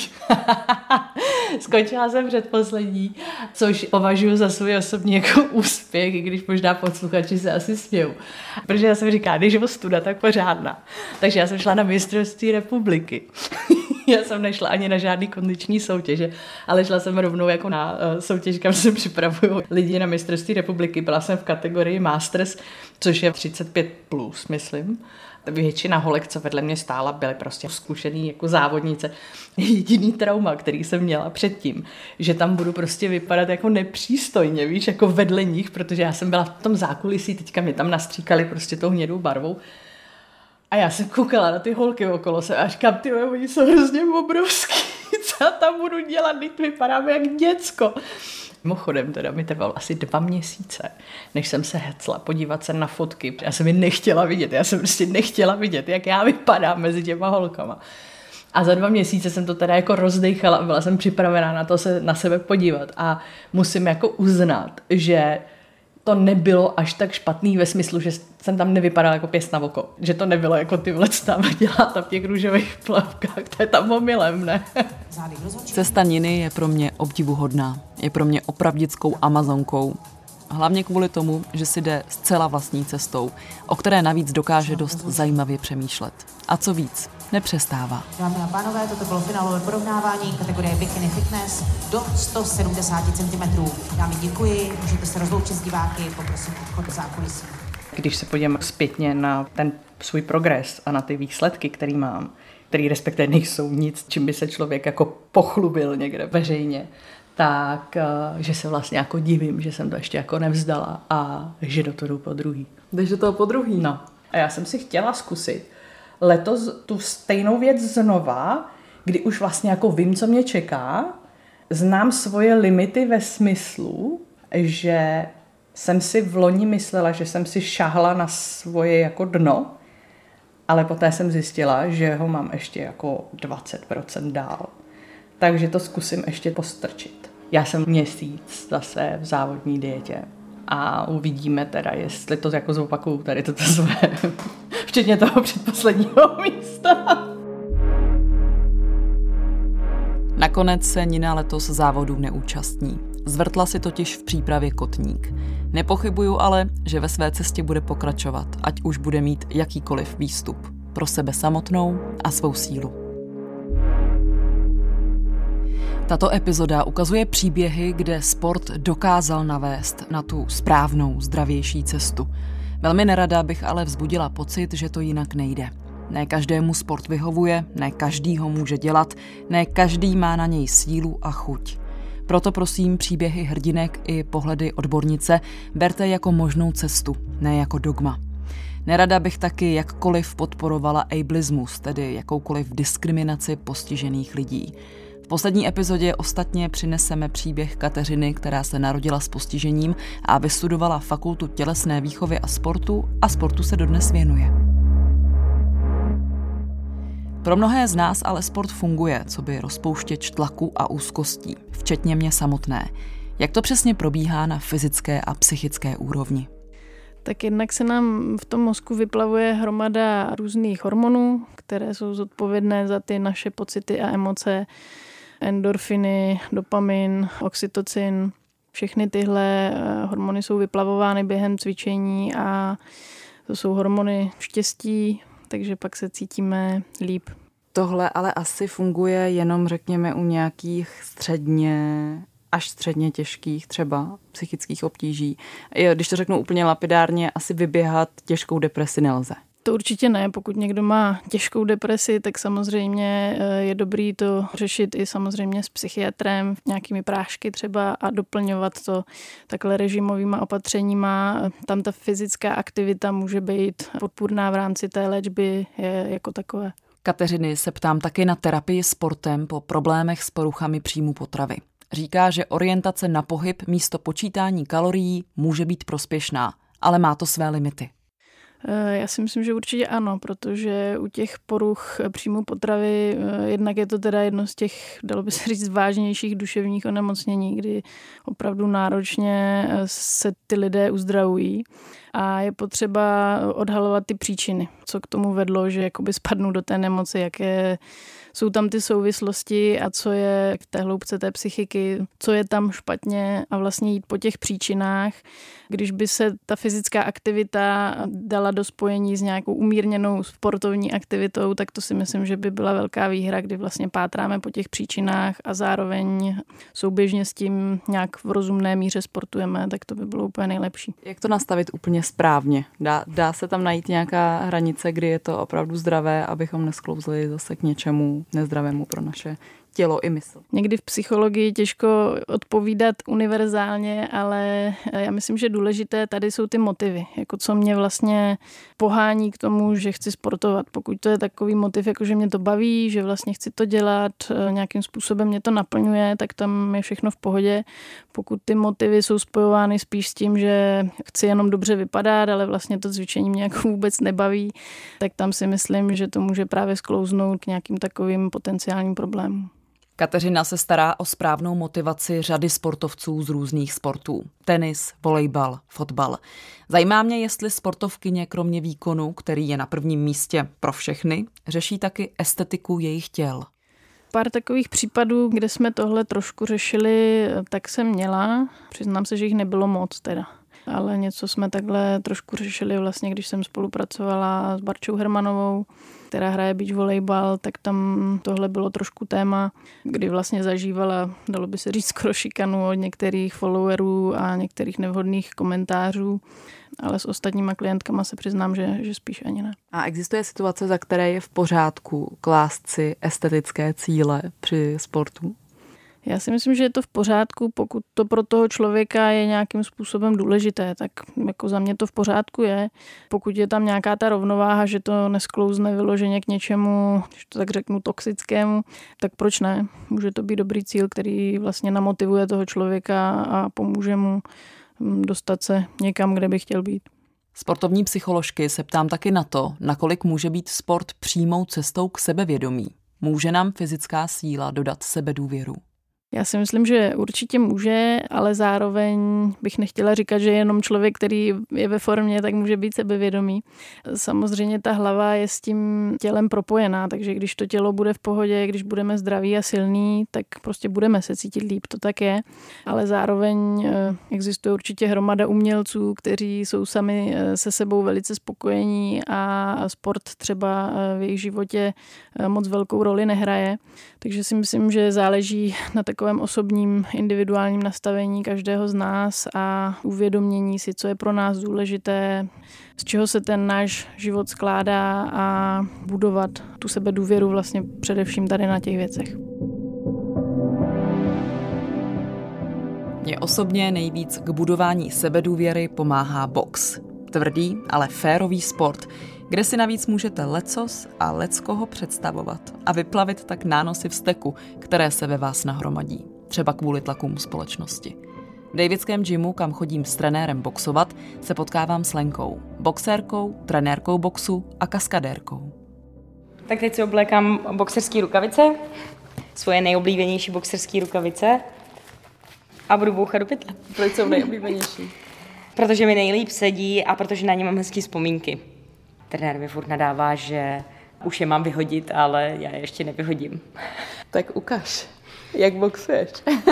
Skončila jsem předposlední, což považuji za svůj osobní jako úspěch, i když možná posluchači se asi smějou. Protože já jsem říkala, když je studa, tak pořádná. Takže já jsem šla na mistrovství republiky. Já jsem nešla ani na žádný kondiční soutěže, ale šla jsem rovnou jako na soutěž, kam se připravují lidi na mistrovství republiky. Byla jsem v kategorii Masters, což je třicet pět plus, myslím. Většina holek, co vedle mě stála, byly prostě zkušený jako závodnice. Jediný trauma, který jsem měla předtím, že tam budu prostě vypadat jako nepřístojně, víš, jako vedle nich, protože já jsem byla v tom zákulisí, teďka mě tam nastříkali prostě tou hnědou barvou. A já jsem koukala na ty holky okolo se a říkám, ty oni jsou hrozně obrovský, co já tam budu dělat, teď vypadám jak děcko. Mimochodem teda mi trvalo asi dva měsíce, než jsem se hecla podívat se na fotky. Já jsem je nechtěla vidět, já jsem prostě nechtěla vidět, jak já vypadám mezi těma holkama. A za dva měsíce jsem to teda jako rozdejchala a byla jsem připravená na to se na sebe podívat. A musím jako uznat, že to nebylo až tak špatný ve smyslu, že jsem tam nevypadala jako pěst na oko. Že to nebylo jako ty vlec tam dělá tam v těch růžových plavkách. To je tam omylem, ne? Cesta Niny je pro mě obdivuhodná. Je pro mě opravdickou Amazonkou. Hlavně kvůli tomu, že si jde zcela vlastní cestou, o které navíc dokáže dost zajímavě přemýšlet. A co víc, nepřestává. Dámy a pánové, toto bylo finálové porovnávání kategorie Bikini Fitness do sto sedmdesát centimetrů. Já mi děkuji, můžete se rozloučit s diváky, poprosím odchod do zákulisí. Když se podívám zpětně na ten svůj progres a na ty výsledky, který mám, který respektive nejsou nic, čím by se člověk jako pochlubil někde veřejně, tak, že se vlastně jako divím, že jsem to ještě jako nevzdala a že do toho jdu po druhý. Jdeš do toho po druhý? No. A já jsem si chtěla zkusit letos tu stejnou věc znova, kdy už vlastně jako vím, co mě čeká, znám svoje limity ve smyslu, že jsem si v loni myslela, že jsem si šahla na svoje jako dno, ale poté jsem zjistila, že ho mám ještě jako dvacet procent dál. Takže to zkusím ještě postrčit. Já jsem měsíc zase v závodní dietě a uvidíme teda, jestli to jako zopakuju tady toto své, včetně toho předposledního místa. Nakonec se Nina letos závodů neúčastní. Zvrtla si totiž v přípravě kotník. Nepochybuju ale, že ve své cestě bude pokračovat, ať už bude mít jakýkoliv výstup. Pro sebe samotnou a svou sílu. Tato epizoda ukazuje příběhy, kde sport dokázal navést na tu správnou, zdravější cestu. Velmi nerada bych ale vzbudila pocit, že to jinak nejde. Ne každému sport vyhovuje, ne každý ho může dělat, ne každý má na něj sílu a chuť. Proto prosím příběhy hrdinek i pohledy odbornice berte jako možnou cestu, ne jako dogma. Nerada bych taky jakkoliv podporovala ableismus, tedy jakoukoliv diskriminaci postižených lidí. V poslední epizodě ostatně přineseme příběh Kateřiny, která se narodila s postižením a vystudovala Fakultu tělesné výchovy a sportu a sportu se dodnes věnuje. Pro mnohé z nás ale sport funguje, co by rozpouštěč tlaku a úzkostí, včetně mě samotné. Jak to přesně probíhá na fyzické a psychické úrovni? Tak jednak se nám v tom mozku vyplavuje hromada různých hormonů, které jsou zodpovědné za ty naše pocity a emoce. Endorfiny, dopamin, oxytocin. Všechny tyhle hormony jsou vyplavovány během cvičení a to jsou hormony štěstí, takže pak se cítíme líp. Tohle ale asi funguje jenom, řekněme, u nějakých středně až středně těžkých třeba psychických obtíží. Když to řeknu úplně lapidárně, asi vyběhat těžkou depresi nelze. To určitě ne. Pokud někdo má těžkou depresi, tak samozřejmě je dobrý to řešit i samozřejmě s psychiatrem, nějakými prášky třeba a doplňovat to takhle režimovýma opatřeníma. Tam ta fyzická aktivita může být podpůrná v rámci té léčby jako takové. Kateřiny se ptám taky na terapii sportem po problémech s poruchami příjmu potravy. Říká, že orientace na pohyb místo počítání kalorií může být prospěšná, ale má to své limity. Já si myslím, že určitě ano, protože u těch poruch příjmu potravy jednak je to teda jedno z těch, dalo by se říct, vážnějších duševních onemocnění, kdy opravdu náročně se ty lidé uzdravují a je potřeba odhalovat ty příčiny, co k tomu vedlo, že jakoby spadnou do té nemoci, jaké jsou tam ty souvislosti a co je v té hloubce té psychiky, co je tam špatně a vlastně jít po těch příčinách. Když by se ta fyzická aktivita dala do spojení s nějakou umírněnou sportovní aktivitou, tak to si myslím, že by byla velká výhra, kdy vlastně pátráme po těch příčinách a zároveň souběžně s tím nějak v rozumné míře sportujeme, tak to by bylo úplně nejlepší. Jak to nastavit úplně správně? Dá, dá se tam najít nějaká hranice, kdy je to opravdu zdravé, abychom nesklouzli zase k něčemu nezdravému pro naše tělo i mysl? Někdy v psychologii těžko odpovídat univerzálně, ale já myslím, že důležité tady jsou ty motivy. Jako co mě vlastně pohání k tomu, že chci sportovat. Pokud to je takový motiv, jako že mě to baví, že vlastně chci to dělat, nějakým způsobem mě to naplňuje, tak tam je všechno v pohodě. Pokud ty motivy jsou spojovány spíš s tím, že chci jenom dobře vypadat, ale vlastně to cvičení mě jako vůbec nebaví, tak tam si myslím, že to může právě sklouznout k nějakým takovým potenciálním problémům. Kateřina se stará o správnou motivaci řady sportovců z různých sportů. Tenis, volejbal, fotbal. Zajímá mě, jestli sportovkyně kromě výkonu, který je na prvním místě pro všechny, řeší taky estetiku jejich těl. Pár takových případů, kde jsme tohle trošku řešili, tak jsem měla. Přiznám se, že jich nebylo moc teda. Ale něco jsme takhle trošku řešili vlastně, když jsem spolupracovala s Barčou Hermanovou, která hraje beach volejbal, tak tam tohle bylo trošku téma, kdy vlastně zažívala, dalo by se říct, skoro šikanu od některých followerů a některých nevhodných komentářů, ale s ostatníma klientkama se přiznám, že, že spíš ani ne. A existuje situace, za které je v pořádku klást si estetické cíle při sportu? Já si myslím, že je to v pořádku, pokud to pro toho člověka je nějakým způsobem důležité, tak jako za mě to v pořádku je. Pokud je tam nějaká ta rovnováha, že to nesklouzne vyloženě k něčemu, když to tak řeknu, toxickému, tak proč ne? Může to být dobrý cíl, který vlastně namotivuje toho člověka a pomůže mu dostat se někam, kde by chtěl být. Sportovní psycholožky se ptám taky na to, nakolik může být sport přímou cestou k sebevědomí. Může nám fyzická síla dodat sebedůvěru? Já si myslím, že určitě může, ale zároveň bych nechtěla říkat, že jenom člověk, který je ve formě, tak může být sebevědomý. Samozřejmě ta hlava je s tím tělem propojená, takže když to tělo bude v pohodě, když budeme zdraví a silní, tak prostě budeme se cítit líp, to tak je. Ale zároveň existuje určitě hromada umělců, kteří jsou sami se sebou velice spokojení a sport třeba v jejich životě moc velkou roli nehraje. Takže si myslím, že záleží na takovém osobním individuálním nastavení každého z nás a uvědomění si, co je pro nás důležité, z čeho se ten náš život skládá a budovat tu sebedůvěru vlastně především tady na těch věcech. Mně osobně nejvíc k budování sebedůvěry pomáhá box. Tvrdý, ale férový sport, kde si navíc můžete lecos a leckoho představovat a vyplavit tak nánosy vzteku, které se ve vás nahromadí, třeba kvůli tlakům společnosti. V Davidském gymu, kam chodím s trenérem boxovat, se potkávám s Lenkou, boxérkou, trenérkou boxu a kaskadérkou. Tak teď si oblékám boxerské rukavice, svoje nejoblíbenější boxerské rukavice a budu bouchat do pytle. Proč jsou nejoblíbenější? Protože mi nejlíp sedí a protože na ně mám hezký vzpomínky. Trenér mi furt nadává, že už je mám vyhodit, ale já je ještě nevyhodím. Tak ukaž, jak boxuješ.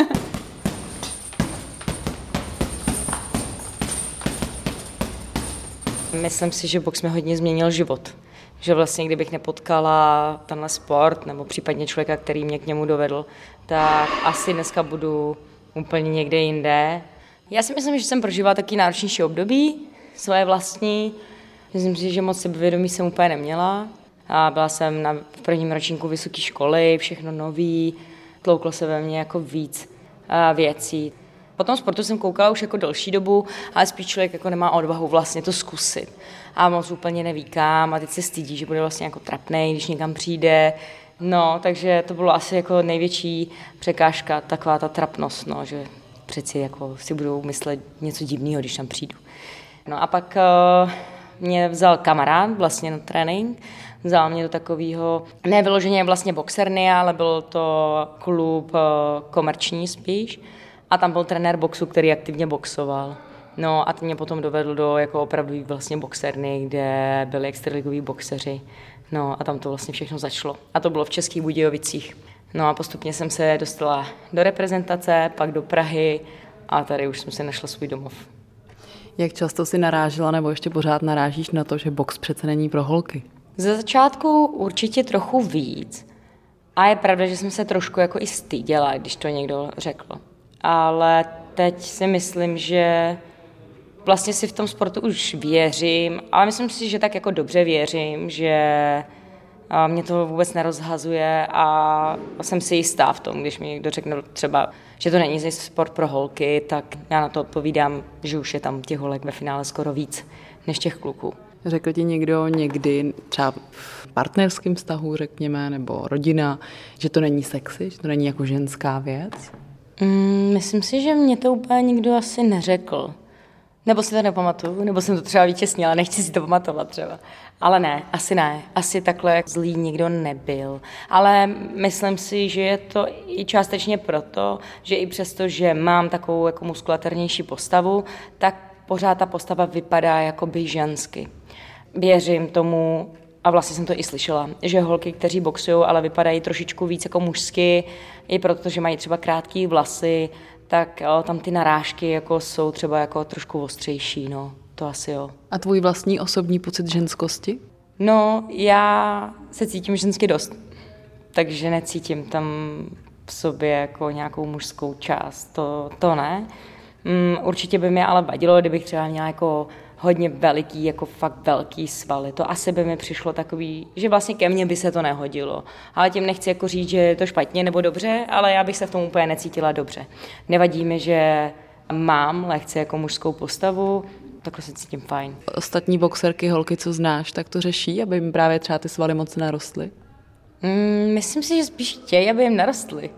Myslím si, že box mi hodně změnil život. Že vlastně, kdybych nepotkala tenhle sport, nebo případně člověka, který mě k němu dovedl, tak asi dneska budu úplně někde jinde. Já si myslím, že jsem prožívala taky náročnější období, svoje vlastní. Myslím si, že moc sebevědomí jsem úplně neměla. A byla jsem na v prvním ročníku vysoké školy, všechno nový, tlouklo se ve mně jako víc věcí. Po tom sportu jsem koukala už jako delší dobu, ale spíš člověk jako nemá odvahu vlastně to zkusit. A moc úplně neví kam a teď se stydí, že bude vlastně jako trapnej, když někam přijde. No, takže to bylo asi jako největší překážka, taková ta trapnost, no, že přeci jako si budou myslet něco divného, když tam přijdu. No a pak uh, mě vzal kamarád vlastně na trénink, vzal mě do takového, ne vyloženě vlastně boxerny, ale byl to klub uh, komerční spíš. A tam byl trenér boxu, který aktivně boxoval. No a ten mě potom dovedl do jako opravdu vlastně boxerny, kde byli extraligoví boxeři. No a tam to vlastně všechno začalo. A to bylo v Českých Budějovicích. No a postupně jsem se dostala do reprezentace, pak do Prahy a tady už jsem si našla svůj domov. Jak často si narážela nebo ještě pořád narážíš na to, že box přece není pro holky? Ze začátku určitě trochu víc. A je pravda, že jsem se trošku jako i styděla, když to někdo řekl. Ale teď si myslím, že vlastně si v tom sportu už věřím, ale myslím si, že tak jako dobře věřím, že mě to vůbec nerozhazuje a jsem si jistá v tom, když mi někdo řekne třeba, že to není sport pro holky, tak já na to odpovídám, že už je tam těch holek ve finále skoro víc než těch kluků. Řekl ti někdo někdy, třeba v partnerském vztahu, řekněme, nebo rodina, že to není sexy, že to není jako ženská věc? Mm, myslím si, že mě to úplně nikdo asi neřekl. Nebo si to nepamatuju, nebo jsem to třeba vyčesnila, nechci si to pamatovat třeba. Ale ne, asi ne. Asi takhle jak zlý nikdo nebyl. Ale myslím si, že je to i částečně proto, že i přesto, že mám takovou jako muskulaturnější postavu, tak pořád ta postava vypadá jakoby žensky. Věřím tomu, a vlastně jsem to i slyšela, že holky, kteří boxují, ale vypadají trošičku víc jako mužsky, i protože mají třeba krátké vlasy, tak jo, tam ty narážky jako jsou třeba jako trošku ostřejší, no, to asi jo. A tvůj vlastní osobní pocit ženskosti? No, já se cítím žensky dost, takže necítím tam v sobě jako nějakou mužskou část, to, to ne. Mm, určitě by mě ale vadilo, kdybych třeba měla jako hodně veliký, jako fakt velký svaly. To asi by mi přišlo takový, že vlastně ke mně by se to nehodilo. Ale tím nechci jako říct, že je to špatně nebo dobře, ale já bych se v tom úplně necítila dobře. Nevadí mi, že mám lehce jako mužskou postavu, takhle se cítím fajn. Ostatní boxerky, holky, co znáš, tak to řeší, aby jim právě třeba ty svaly moc narostly? Mm, myslím si, že spíš chtějí, aby jim narostly.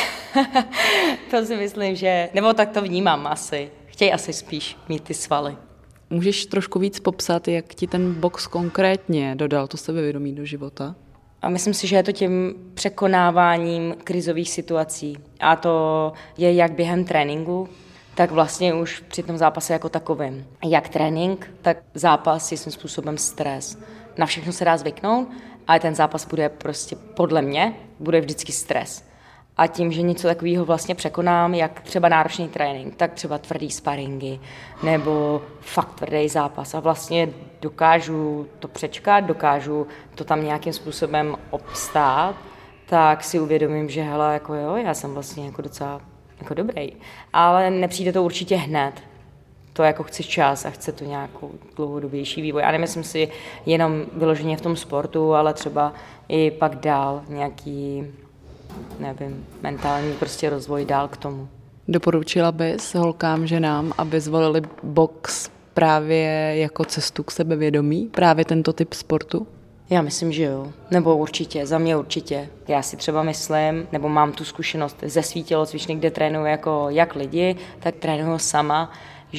To si myslím, že... Nebo tak to vnímám asi. Chtějí asi spíš mít ty svaly. Můžeš trošku víc popsat, jak ti ten box konkrétně dodal to sebevědomí do života? A myslím si, že je to tím překonáváním krizových situací. A to je jak během tréninku, tak vlastně už při tom zápase jako takovým. Jak trénink, tak zápas je svým způsobem stres. Na všechno se dá zvyknout, ale ten zápas bude prostě podle mě, bude vždycky stres. A tím, že něco takového vlastně překonám, jak třeba náročný trénink, tak třeba tvrdý sparingy nebo fakt tvrdý zápas. A vlastně dokážu to přečkat, dokážu to tam nějakým způsobem obstát, tak si uvědomím, že hele, jako jo, já jsem vlastně jako docela jako dobrý. Ale nepřijde to určitě hned. To jako chci čas a chce to nějakou dlouhodobější vývoj. A nemyslím si jenom vyloženě v tom sportu, ale třeba i pak dál nějaký, nevím, mentální prostě rozvoj dál k tomu. Doporučila bys holkám, ženám, aby zvolili box právě jako cestu k sebevědomí, právě tento typ sportu? Já myslím, že jo. Nebo určitě, za mě určitě. Já si třeba myslím, nebo mám tu zkušenost ze svý tělocvičny, kde trénuju jako jak lidi, tak trénuju sama,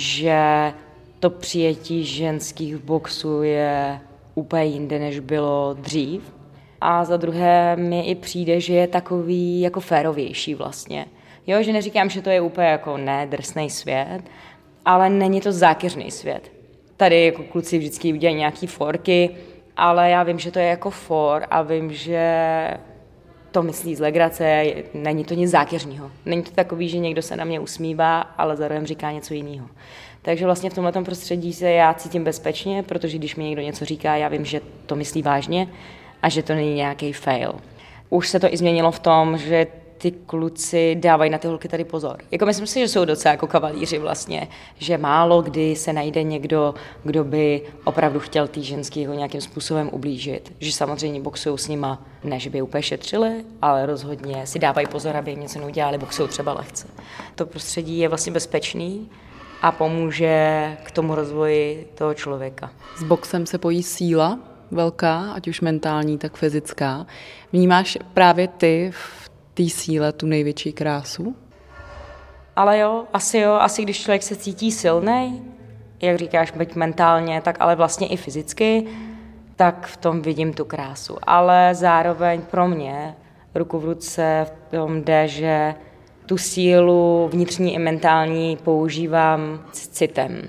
že to přijetí ženských boxů je úplně jinde, než bylo dřív. A za druhé mi i přijde, že je takový jako férovější vlastně. Jo, že neříkám, že to je úplně jako ne drsnej svět, ale není to zákeřný svět. Tady jako kluci vždycky udělají nějaký forky, ale já vím, že to je jako for a vím, že to myslí z legrace, není to nic zákeřního. Není to takový, že někdo se na mě usmívá, ale zároveň říká něco jiného. Takže vlastně v tomhletom prostředí se já cítím bezpečně, protože když mi někdo něco říká, já vím, že to myslí vážně a že to není nějaký fail. Už se to i změnilo v tom, že ty kluci dávají na ty holky tady pozor. Jako myslím si, že jsou docela jako kavalíři vlastně, že málo kdy se najde někdo, kdo by opravdu chtěl tý ženský ho nějakým způsobem ublížit. Že samozřejmě boxují s nima, ne, že by je úplně šetřili, ale rozhodně si dávají pozor, aby jim něco neudělali, boxují třeba lehce. To prostředí je vlastně bezpečný a pomůže k tomu rozvoji toho člověka. S boxem se pojí síla velká, ať už mentální, tak fyzická. Vnímáš právě ty v té síle tu největší krásu? Ale jo, asi jo, asi když člověk se cítí silnej, jak říkáš, byť mentálně, tak ale vlastně i fyzicky, tak v tom vidím tu krásu. Ale zároveň pro mě ruku v ruce v tom jde, že tu sílu vnitřní i mentální používám s citem.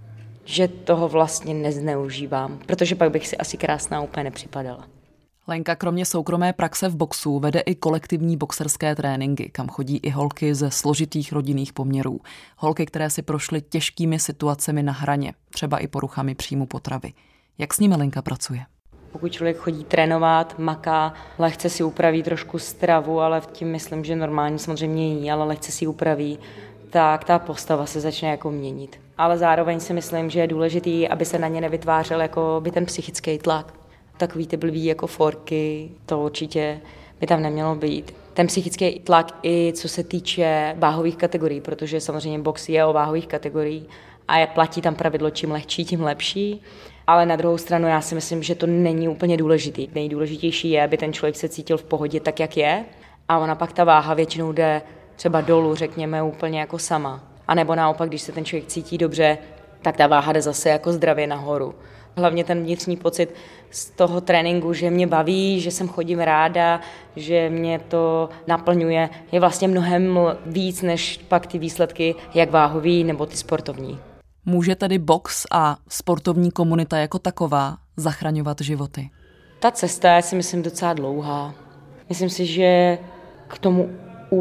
Že toho vlastně nezneužívám, protože pak bych si asi krásná úplně nepřipadala. Lenka kromě soukromé praxe v boxu vede i kolektivní boxerské tréninky, kam chodí i holky ze složitých rodinných poměrů. Holky, které si prošly těžkými situacemi na hraně, třeba i poruchami příjmu potravy. Jak s nimi Lenka pracuje? Pokud člověk chodí trénovat, maká, lehce si upraví trošku stravu, ale tím myslím, že normálně samozřejmě jí, ale lehce si upraví, tak ta postava se začne jako měnit. Ale zároveň si myslím, že je důležitý, aby se na ně nevytvářel jako by ten psychický tlak. Takový ty blbý jako forky, to určitě by tam nemělo být. Ten psychický tlak i co se týče váhových kategorií, protože samozřejmě box je o váhových kategorií a je, platí tam pravidlo, čím lehčí, tím lepší. Ale na druhou stranu já si myslím, že to není úplně důležitý. Nejdůležitější je, aby ten člověk se cítil v pohodě tak, jak je, a ona pak ta váha většinou jde třeba dolů, řekněme, úplně jako sama. A nebo naopak, když se ten člověk cítí dobře, tak ta váha jde zase jako zdravě nahoru. Hlavně ten vnitřní pocit z toho tréninku, že mě baví, že sem chodím ráda, že mě to naplňuje, je vlastně mnohem víc než pak ty výsledky, jak váhový nebo ty sportovní. Může tedy box a sportovní komunita jako taková zachraňovat životy? Ta cesta je si myslím docela dlouhá. Myslím si, že k tomu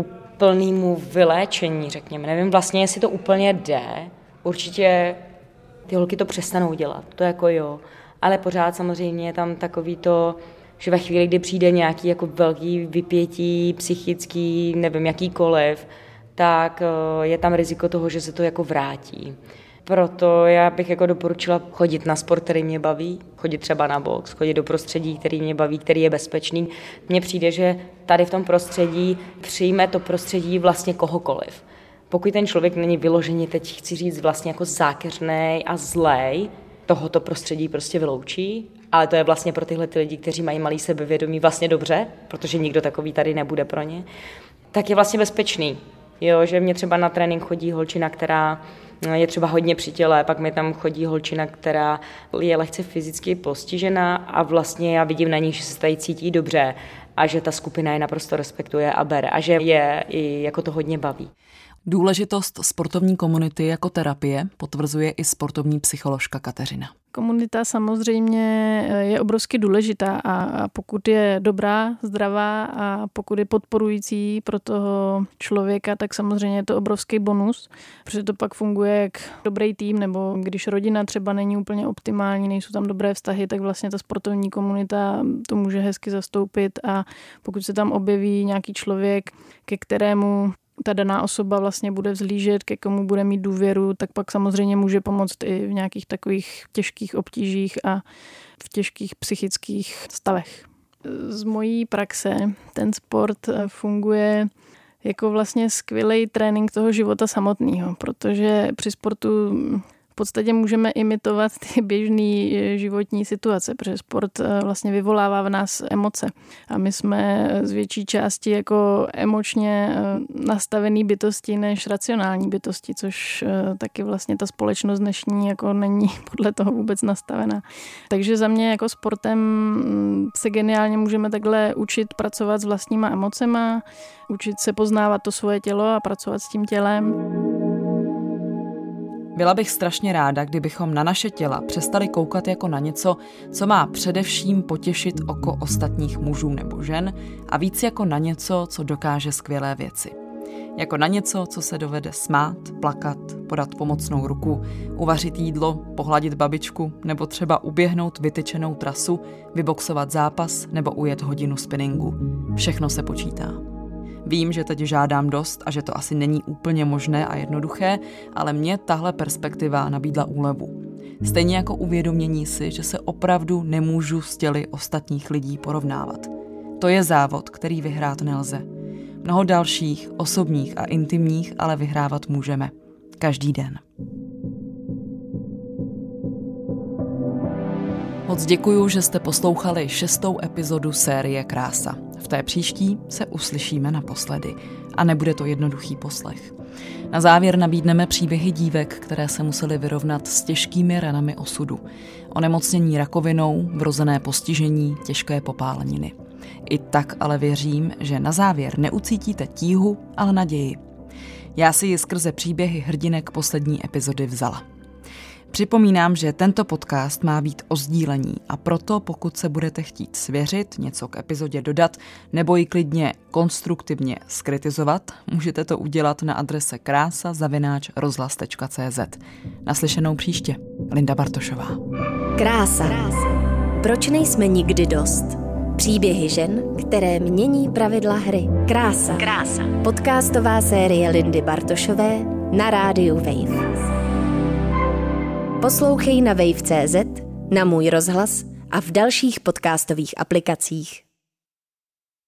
úplnému vyléčení, řekněme, nevím vlastně, jestli to úplně jde, určitě ty holky to přestanou dělat, to jako jo, ale pořád samozřejmě je tam takový to, že ve chvíli, kdy přijde nějaký jako velký vypětí, psychický, nevím jakýkoliv, tak je tam riziko toho, že se to jako vrátí. Proto já bych jako doporučila chodit na sport, který mě baví, chodit třeba na box, chodit do prostředí, který mě baví, který je bezpečný. Mně přijde, že tady v tom prostředí přijme to prostředí vlastně kohokoliv. Pokud ten člověk není vyložený, teď chci říct vlastně jako zákeřnej a zlej, tohoto prostředí prostě vyloučí, ale to je vlastně pro tyhle ty lidi, kteří mají malý sebevědomí vlastně dobře, protože nikdo takový tady nebude pro ně, tak je vlastně bezpečný. Jo, že mě třeba na trénink chodí holčina, která je třeba hodně při těle, pak mi tam chodí holčina, která je lehce fyzicky postižená a vlastně já vidím na ní, že se tady cítí dobře a že ta skupina je naprosto respektuje a bere a že je i jako to hodně baví. Důležitost sportovní komunity jako terapie potvrzuje i sportovní psycholožka Kateřina. Komunita samozřejmě je obrovsky důležitá a pokud je dobrá, zdravá a pokud je podporující pro toho člověka, tak samozřejmě je to obrovský bonus, protože to pak funguje jak dobrý tým, nebo když rodina třeba není úplně optimální, nejsou tam dobré vztahy, tak vlastně ta sportovní komunita to může hezky zastoupit a pokud se tam objeví nějaký člověk, ke kterému ta daná osoba vlastně bude vzhlížet, ke komu bude mít důvěru, tak pak samozřejmě může pomoct i v nějakých takových těžkých obtížích a v těžkých psychických stavech. Z mojí praxe ten sport funguje jako vlastně skvělý trénink toho života samotného, protože při sportu v podstatě můžeme imitovat ty běžné životní situace, protože sport vlastně vyvolává v nás emoce. A my jsme z větší části jako emočně nastavený bytosti než racionální bytosti, což taky vlastně ta společnost dnešní jako není podle toho vůbec nastavená. Takže za mě jako sportem se geniálně můžeme takhle učit pracovat s vlastníma emocema, učit se poznávat to svoje tělo a pracovat s tím tělem. Byla bych strašně ráda, kdybychom na naše těla přestali koukat jako na něco, co má především potěšit oko ostatních mužů nebo žen a víc jako na něco, co dokáže skvělé věci. Jako na něco, co se dovede smát, plakat, podat pomocnou ruku, uvařit jídlo, pohladit babičku nebo třeba uběhnout vytyčenou trasu, vyboxovat zápas nebo ujet hodinu spinningu. Všechno se počítá. Vím, že teď žádám dost a že to asi není úplně možné a jednoduché, ale mě tahle perspektiva nabídla úlevu. Stejně jako uvědomění si, že se opravdu nemůžu s těly ostatních lidí porovnávat. To je závod, který vyhrát nelze. Mnoho dalších, osobních a intimních, ale vyhrávat můžeme. Každý den. Moc děkuju, že jste poslouchali šestou epizodu série Krása. V té příští se uslyšíme naposledy a nebude to jednoduchý poslech. Na závěr nabídneme příběhy dívek, které se musely vyrovnat s těžkými ranami osudu. Onemocnění rakovinou, vrozené postižení, těžké popáleniny. I tak ale věřím, že na závěr neucítíte tíhu, ale naději. Já si ji skrze příběhy hrdinek poslední epizody vzala. Připomínám, že tento podcast má být o sdílení a proto, pokud se budete chtít svěřit, něco k epizodě dodat nebo ji klidně konstruktivně skritizovat, můžete to udělat na adrese krása zavináč rozhlas tečka cé zet. Naslyšenou příště. Linda Bartošová. Krása. Proč nejsme nikdy dost? Příběhy žen, které mění pravidla hry. Krása. Krása. Podcastová série Lindy Bartošové na rádiu Wave. Poslouchej na wave tečka cé zet, na Můj rozhlas a v dalších podcastových aplikacích.